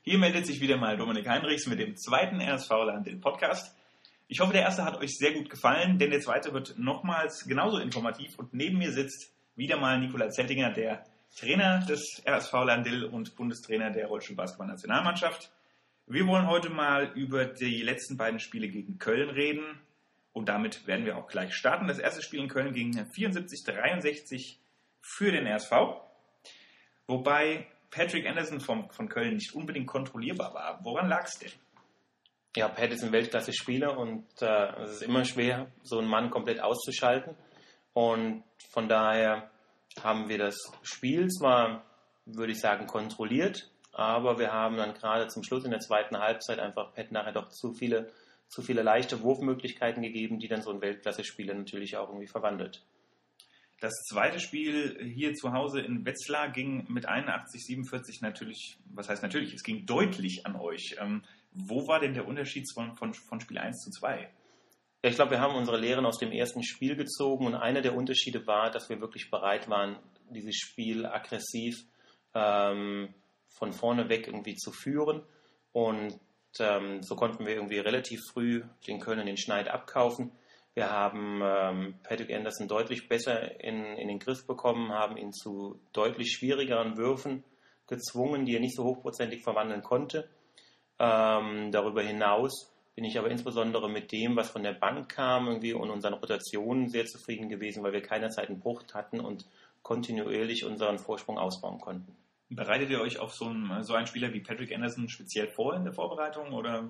Hier meldet sich wieder mal Dominik Heinrichs mit dem zweiten RSV-Land, den Podcast. Ich hoffe, der erste hat euch sehr gut gefallen, denn der zweite wird nochmals genauso informativ. Und neben mir sitzt wieder mal Nikola Zettinger, der Trainer des RSV Landil und Bundestrainer der Rollstuhlbasketball-Nationalmannschaft. Wir wollen heute mal über die letzten beiden Spiele gegen Köln reden. Und damit werden wir auch gleich starten. Das erste Spiel in Köln ging 74-63 für den RSV. Wobei Patrick Anderson von Köln nicht unbedingt kontrollierbar war. Woran lag es denn? Ja, Pat ist ein Weltklasse-Spieler und es ist immer schwer, so einen Mann komplett auszuschalten. Und von daher haben wir das Spiel zwar, würde ich sagen, kontrolliert, aber wir haben dann gerade zum Schluss in der zweiten Halbzeit einfach Pat nachher doch zu viele leichte Wurfmöglichkeiten gegeben, die dann so ein Weltklasse-Spieler natürlich auch irgendwie verwandelt. Das zweite Spiel hier zu Hause in Wetzlar ging mit 81-47 natürlich, was heißt natürlich, es ging deutlich an euch. Wo war denn der Unterschied von Spiel 1 zu 2? Ja, ich glaube, wir haben unsere Lehren aus dem ersten Spiel gezogen und einer der Unterschiede war, dass wir wirklich bereit waren, dieses Spiel aggressiv von vorne weg irgendwie zu führen und so konnten wir irgendwie relativ früh den Kölnern den Schneid abkaufen. Wir haben Patrick Anderson deutlich besser in den Griff bekommen, haben ihn zu deutlich schwierigeren Würfen gezwungen, die er nicht so hochprozentig verwandeln konnte. Darüber hinaus bin ich aber insbesondere mit dem, was von der Bank kam, irgendwie und unseren Rotationen sehr zufrieden gewesen, weil wir keinerzeit einen Bruch hatten und kontinuierlich unseren Vorsprung ausbauen konnten. Bereitet ihr euch auf so einen Spieler wie Patrick Anderson speziell vor in der Vorbereitung oder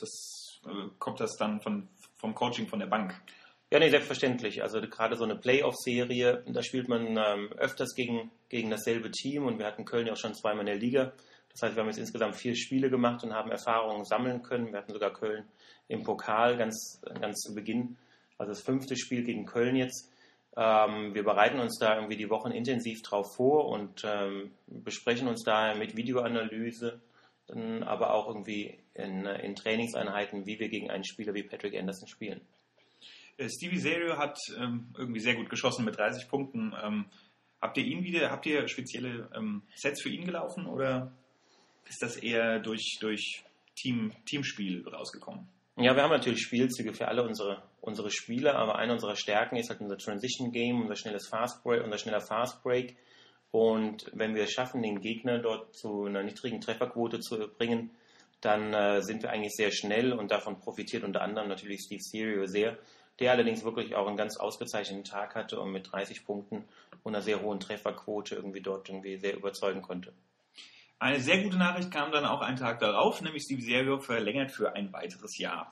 kommt das dann vom Coaching von der Bank? Ja, nee, selbstverständlich. Also gerade so eine Playoff-Serie, da spielt man öfters gegen dasselbe Team und wir hatten Köln ja auch schon zweimal in der Liga. Das heißt, wir haben jetzt insgesamt 4 Spiele gemacht und haben Erfahrungen sammeln können. Wir hatten sogar Köln im Pokal ganz zu Beginn, also das 5. Spiel gegen Köln jetzt. Wir bereiten uns da irgendwie die Wochen intensiv drauf vor und besprechen uns daher mit Videoanalyse, aber auch irgendwie in Trainingseinheiten, wie wir gegen einen Spieler wie Patrick Anderson spielen. Stevie Serio hat irgendwie sehr gut geschossen mit 30 Punkten. Habt ihr spezielle Sets für ihn gelaufen oder ist das eher durch Teamspiel rausgekommen? Ja, wir haben natürlich Spielzüge für alle unsere Spieler, aber eine unserer Stärken ist halt unser Transition Game, unser schneller Fast Break. Und wenn wir es schaffen, den Gegner dort zu einer niedrigen Trefferquote zu bringen, dann sind wir eigentlich sehr schnell und davon profitiert unter anderem natürlich Steve Serio sehr, der allerdings wirklich auch einen ganz ausgezeichneten Tag hatte und mit 30 Punkten und einer sehr hohen Trefferquote dort sehr überzeugen konnte. Eine sehr gute Nachricht kam dann auch einen Tag darauf, nämlich Steve Serio verlängert für ein weiteres Jahr.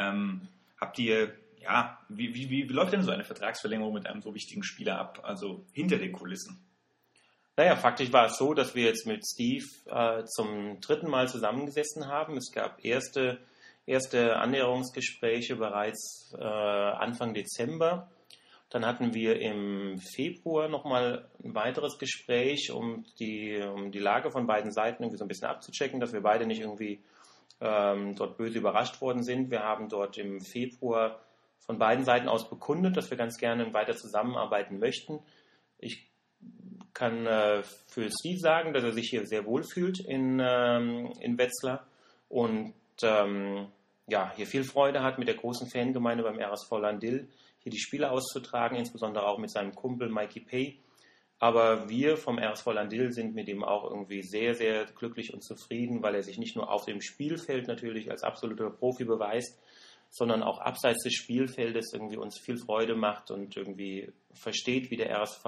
Wie läuft denn so eine Vertragsverlängerung mit einem so wichtigen Spieler ab, also hinter den Kulissen? Naja, faktisch war es so, dass wir jetzt mit Steve zum 3. Mal zusammengesessen haben. Es gab erste Annäherungsgespräche bereits Anfang Dezember. Dann hatten wir im Februar nochmal ein weiteres Gespräch, um die Lage von beiden Seiten irgendwie so ein bisschen abzuchecken, dass wir beide nicht irgendwie dort böse überrascht worden sind. Wir haben dort im Februar von beiden Seiten aus bekundet, dass wir ganz gerne weiter zusammenarbeiten möchten. Ich kann für Steve sagen, dass er sich hier sehr wohl fühlt in Wetzlar und hier viel Freude hat mit der großen Fangemeinde beim RSV Landil, hier die Spiele auszutragen, insbesondere auch mit seinem Kumpel Mikey Pay. Aber wir vom RSV Landil sind mit ihm auch irgendwie sehr, sehr glücklich und zufrieden, weil er sich nicht nur auf dem Spielfeld natürlich als absoluter Profi beweist, sondern auch abseits des Spielfeldes irgendwie uns viel Freude macht und irgendwie versteht, wie der RSV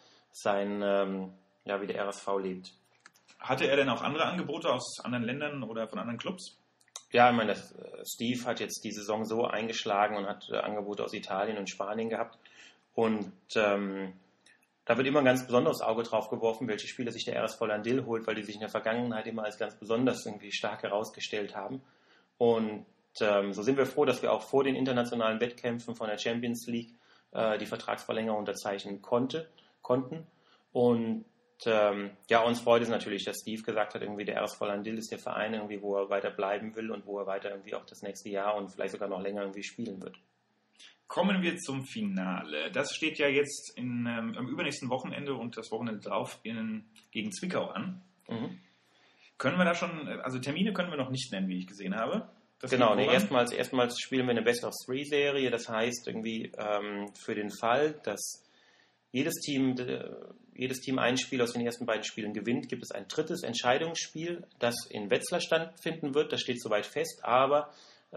wie der RSV lebt. Hatte er denn auch andere Angebote aus anderen Ländern oder von anderen Clubs? Ja, ich meine, Steve hat jetzt die Saison so eingeschlagen und hat Angebote aus Italien und Spanien gehabt. Und da wird immer ein ganz besonderes Auge drauf geworfen, welche Spieler sich der RSV Landil holt, weil die sich in der Vergangenheit immer als ganz besonders irgendwie stark herausgestellt haben. Und so sind wir froh, dass wir auch vor den internationalen Wettkämpfen von der Champions League die Vertragsverlängerung unterzeichnen konnten. Und uns freut es natürlich, dass Steve gesagt hat, irgendwie der RSV Landil ist der Verein, irgendwie, wo er weiter bleiben will und wo er weiter irgendwie auch das nächste Jahr und vielleicht sogar noch länger irgendwie spielen wird. Kommen wir zum Finale. Das steht ja jetzt am übernächsten Wochenende und das Wochenende drauf gegen Zwickau an. Mhm. Können wir da schon, also Termine können wir noch nicht nennen, wie ich gesehen habe. Genau, erstmals spielen wir eine Best-of-3-Serie. Das heißt irgendwie für den Fall, dass jedes Team ein Spiel aus den ersten beiden Spielen gewinnt, gibt es ein drittes Entscheidungsspiel, das in Wetzlar stattfinden wird. Das steht soweit fest, aber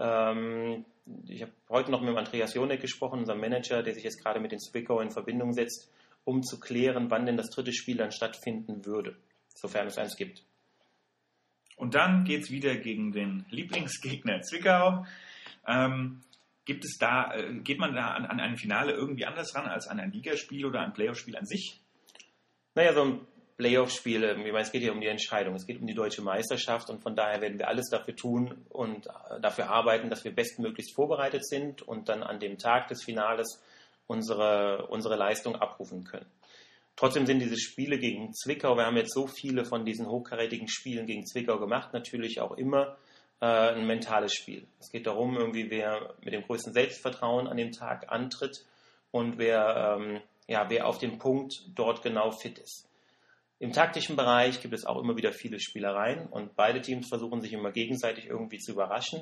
ich habe heute noch mit dem Andreas Jonek gesprochen, unserem Manager, der sich jetzt gerade mit den Zwickau in Verbindung setzt, um zu klären, wann denn das dritte Spiel dann stattfinden würde, sofern es eins gibt. Und dann geht es wieder gegen den Lieblingsgegner Zwickau. Geht man da an ein Finale irgendwie anders ran als an ein Ligaspiel oder ein Playoff-Spiel an sich? Naja, so ein Playoff-Spiel, es geht ja um die Entscheidung, es geht um die deutsche Meisterschaft und von daher werden wir alles dafür tun und dafür arbeiten, dass wir bestmöglichst vorbereitet sind und dann an dem Tag des Finales unsere Leistung abrufen können. Trotzdem sind diese Spiele gegen Zwickau, wir haben jetzt so viele von diesen hochkarätigen Spielen gegen Zwickau gemacht, natürlich auch immer ein mentales Spiel. Es geht darum, irgendwie wer mit dem größten Selbstvertrauen an dem Tag antritt und wer auf dem Punkt dort genau fit ist. Im taktischen Bereich gibt es auch immer wieder viele Spielereien und beide Teams versuchen sich immer gegenseitig irgendwie zu überraschen.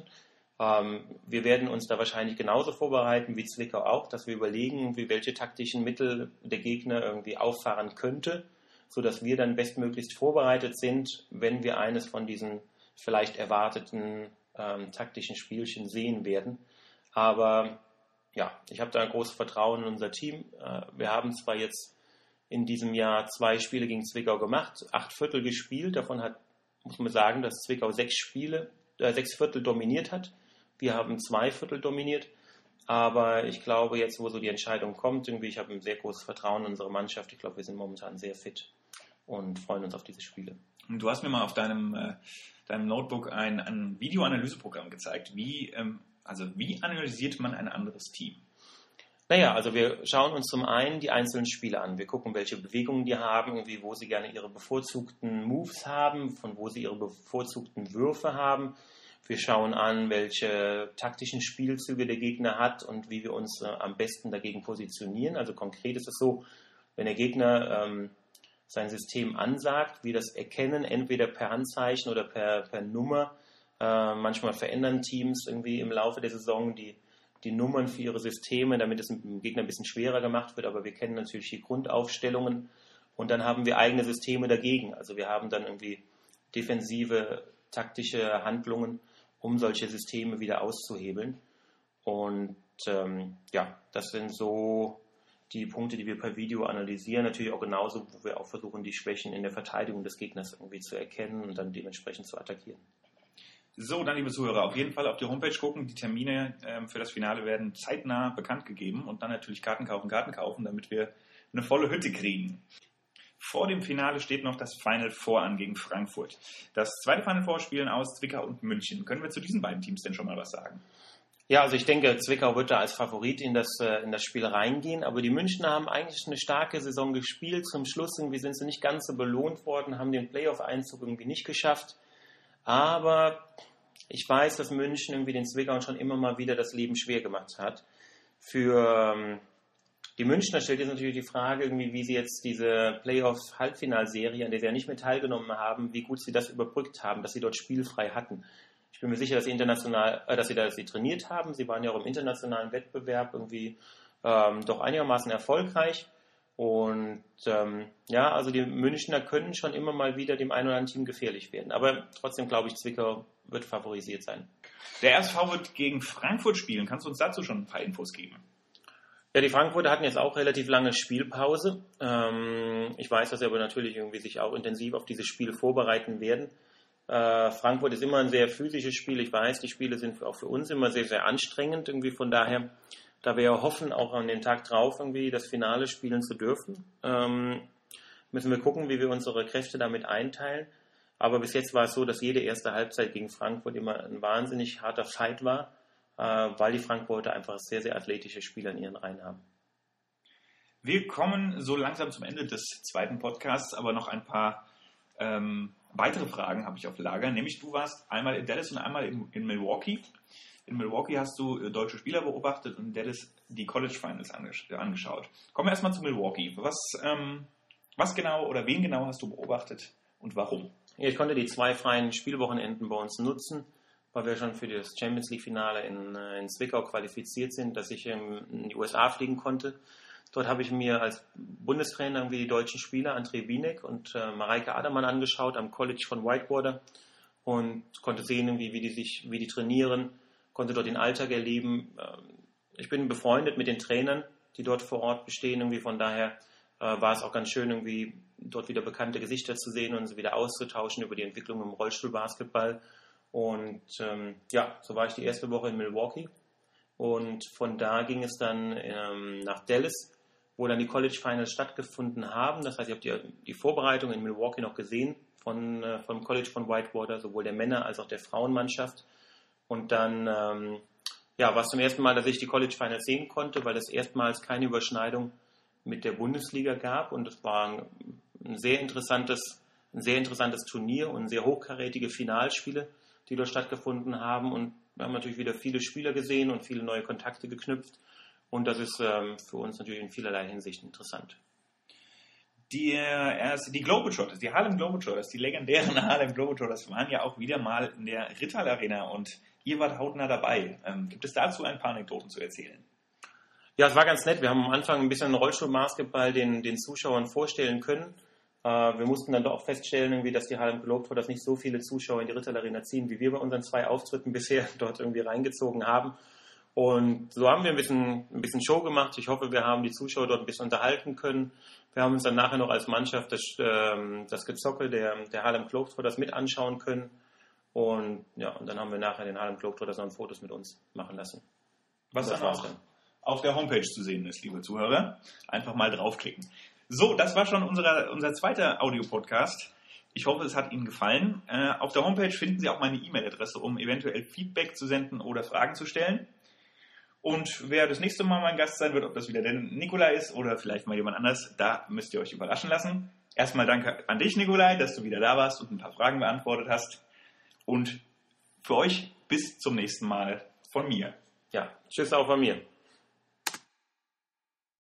Wir werden uns da wahrscheinlich genauso vorbereiten wie Zwickau auch, dass wir überlegen, welche taktischen Mittel der Gegner irgendwie auffahren könnte, sodass wir dann bestmöglichst vorbereitet sind, wenn wir eines von diesen vielleicht erwarteten taktischen Spielchen sehen werden. Aber ja, ich habe da ein großes Vertrauen in unser Team. Wir haben zwar jetzt in diesem Jahr 2 Spiele gegen Zwickau gemacht, 8 Viertel gespielt. Davon muss man sagen, dass Zwickau 6 Viertel dominiert hat. Wir haben 2 Viertel dominiert. Aber ich glaube, jetzt, wo so die Entscheidung kommt, ich habe ein sehr großes Vertrauen in unsere Mannschaft. Ich glaube, wir sind momentan sehr fit und freuen uns auf diese Spiele. Du hast mir mal auf deinem Notebook ein Videoanalyseprogramm gezeigt. Wie analysiert man ein anderes Team? Naja, also wir schauen uns zum einen die einzelnen Spiele an. Wir gucken, welche Bewegungen die haben, wo sie gerne ihre bevorzugten Moves haben, von wo sie ihre bevorzugten Würfe haben. Wir schauen an, welche taktischen Spielzüge der Gegner hat und wie wir uns am besten dagegen positionieren. Also konkret ist es so, wenn der Gegner sein System ansagt, wir das erkennen, entweder per Handzeichen oder per Nummer. Manchmal verändern Teams im Laufe der Saison die Nummern für ihre Systeme, damit es dem Gegner ein bisschen schwerer gemacht wird, aber wir kennen natürlich die Grundaufstellungen und dann haben wir eigene Systeme dagegen. Also wir haben dann defensive, taktische Handlungen, um solche Systeme wieder auszuhebeln. Und das sind so die Punkte, die wir per Video analysieren. Natürlich auch genauso, wo wir auch versuchen, die Schwächen in der Verteidigung des Gegners zu erkennen und dann dementsprechend zu attackieren. So, dann liebe Zuhörer, auf jeden Fall auf die Homepage gucken. Die Termine für das Finale werden zeitnah bekannt gegeben und dann natürlich Karten kaufen, damit wir eine volle Hütte kriegen. Vor dem Finale steht noch das Final Four an gegen Frankfurt. Das zweite Final Four spielen aus Zwickau und München. Können wir zu diesen beiden Teams denn schon mal was sagen? Ja, also ich denke, Zwickau wird da als Favorit in das Spiel reingehen, aber die Münchner haben eigentlich eine starke Saison gespielt. Zum Schluss sind sie nicht ganz so belohnt worden, haben den Playoff-Einzug nicht geschafft. Aber ich weiß, dass München den Zwickauern schon immer mal wieder das Leben schwer gemacht hat. Für die Münchner stellt jetzt natürlich die Frage, wie sie jetzt diese Playoff-Halbfinalserie, an der sie ja nicht mehr teilgenommen haben, wie gut sie das überbrückt haben, dass sie dort spielfrei hatten. Ich bin mir sicher, dass sie trainiert haben. Sie waren ja auch im internationalen Wettbewerb doch einigermaßen erfolgreich. Und also die Münchner können schon immer mal wieder dem einen oder anderen Team gefährlich werden. Aber trotzdem glaube ich, Zwickau wird favorisiert sein. Der RSV wird gegen Frankfurt spielen. Kannst du uns dazu schon ein paar Infos geben? Ja, die Frankfurter hatten jetzt auch relativ lange Spielpause. Ich weiß, dass sie aber natürlich sich auch intensiv auf dieses Spiel vorbereiten werden. Frankfurt ist immer ein sehr physisches Spiel. Ich weiß, die Spiele sind auch für uns immer sehr, sehr anstrengend. Von daher, da wir hoffen, auch an dem Tag drauf das Finale spielen zu dürfen, müssen wir gucken, wie wir unsere Kräfte damit einteilen. Aber bis jetzt war es so, dass jede erste Halbzeit gegen Frankfurt immer ein wahnsinnig harter Fight war, weil die Frankfurter einfach sehr, sehr athletische Spieler in ihren Reihen haben. Wir kommen so langsam zum Ende des zweiten Podcasts, aber noch ein paar weitere Fragen habe ich auf Lager. Nämlich, du warst einmal in Dallas und einmal in Milwaukee. In Milwaukee hast du deutsche Spieler beobachtet und in Dallas die College Finals angeschaut. Kommen wir erstmal zu Milwaukee. Was genau oder wen genau hast du beobachtet und warum? Ja, ich konnte die 2 freien Spielwochenenden bei uns nutzen, weil wir schon für das Champions League-Finale in Zwickau qualifiziert sind, dass ich in die USA fliegen konnte. Dort habe ich mir als Bundestrainer irgendwie die deutschen Spieler André Bienek und Mareike Adermann angeschaut am College von Whitewater und konnte sehen, irgendwie, wie die trainieren, konnte dort den Alltag erleben. Ich bin befreundet mit den Trainern, die dort vor Ort bestehen. Irgendwie von daher war es auch ganz schön, irgendwie dort wieder bekannte Gesichter zu sehen und sie wieder auszutauschen über die Entwicklung im Rollstuhlbasketball. Und so war ich die erste Woche in Milwaukee. Und von da ging es dann nach Dallas, wo dann die College Finals stattgefunden haben. Das heißt, ich habe die Vorbereitung in Milwaukee noch gesehen vom College von Whitewater, sowohl der Männer- als auch der Frauenmannschaft. Und dann war es zum ersten Mal, dass ich die College Finals sehen konnte, weil es erstmals keine Überschneidung mit der Bundesliga gab. Und es war ein sehr interessantes Turnier und sehr hochkarätige Finalspiele, die dort stattgefunden haben. Und wir haben natürlich wieder viele Spieler gesehen und viele neue Kontakte geknüpft. Und das ist für uns natürlich in vielerlei Hinsicht interessant. Die Globetrotters, die Harlem Globetrotters, die legendären Harlem Globetrotters waren ja auch wieder mal in der Rittal Arena und ihr wart hautnah dabei. Gibt es dazu ein paar Anekdoten zu erzählen? Ja, es war ganz nett. Wir haben am Anfang ein bisschen Rollstuhlbasketball den Zuschauern vorstellen können. Wir mussten dann doch auch feststellen, irgendwie, dass die Harlem Globetrotters nicht so viele Zuschauer in die Rittal Arena ziehen, wie wir bei unseren 2 Auftritten bisher dort irgendwie reingezogen haben. Und so haben wir ein bisschen Show gemacht. Ich hoffe, wir haben die Zuschauer dort ein bisschen unterhalten können. Wir haben uns dann nachher noch als Mannschaft das Gezockel der Harlem Globetrotters mit anschauen können. Und dann haben wir nachher den Harlem Globetrotters noch Fotos mit uns machen lassen. Was dann auch auf der Homepage zu sehen ist, liebe Zuhörer. Einfach mal draufklicken. So, das war schon unser zweiter Audio-Podcast. Ich hoffe, es hat Ihnen gefallen. Auf der Homepage finden Sie auch meine E-Mail-Adresse, um eventuell Feedback zu senden oder Fragen zu stellen. Und wer das nächste Mal mein Gast sein wird, ob das wieder der Nikolai ist oder vielleicht mal jemand anders, da müsst ihr euch überraschen lassen. Erstmal danke an dich, Nikolai, dass du wieder da warst und ein paar Fragen beantwortet hast. Und für euch bis zum nächsten Mal von mir. Ja, tschüss auch von mir.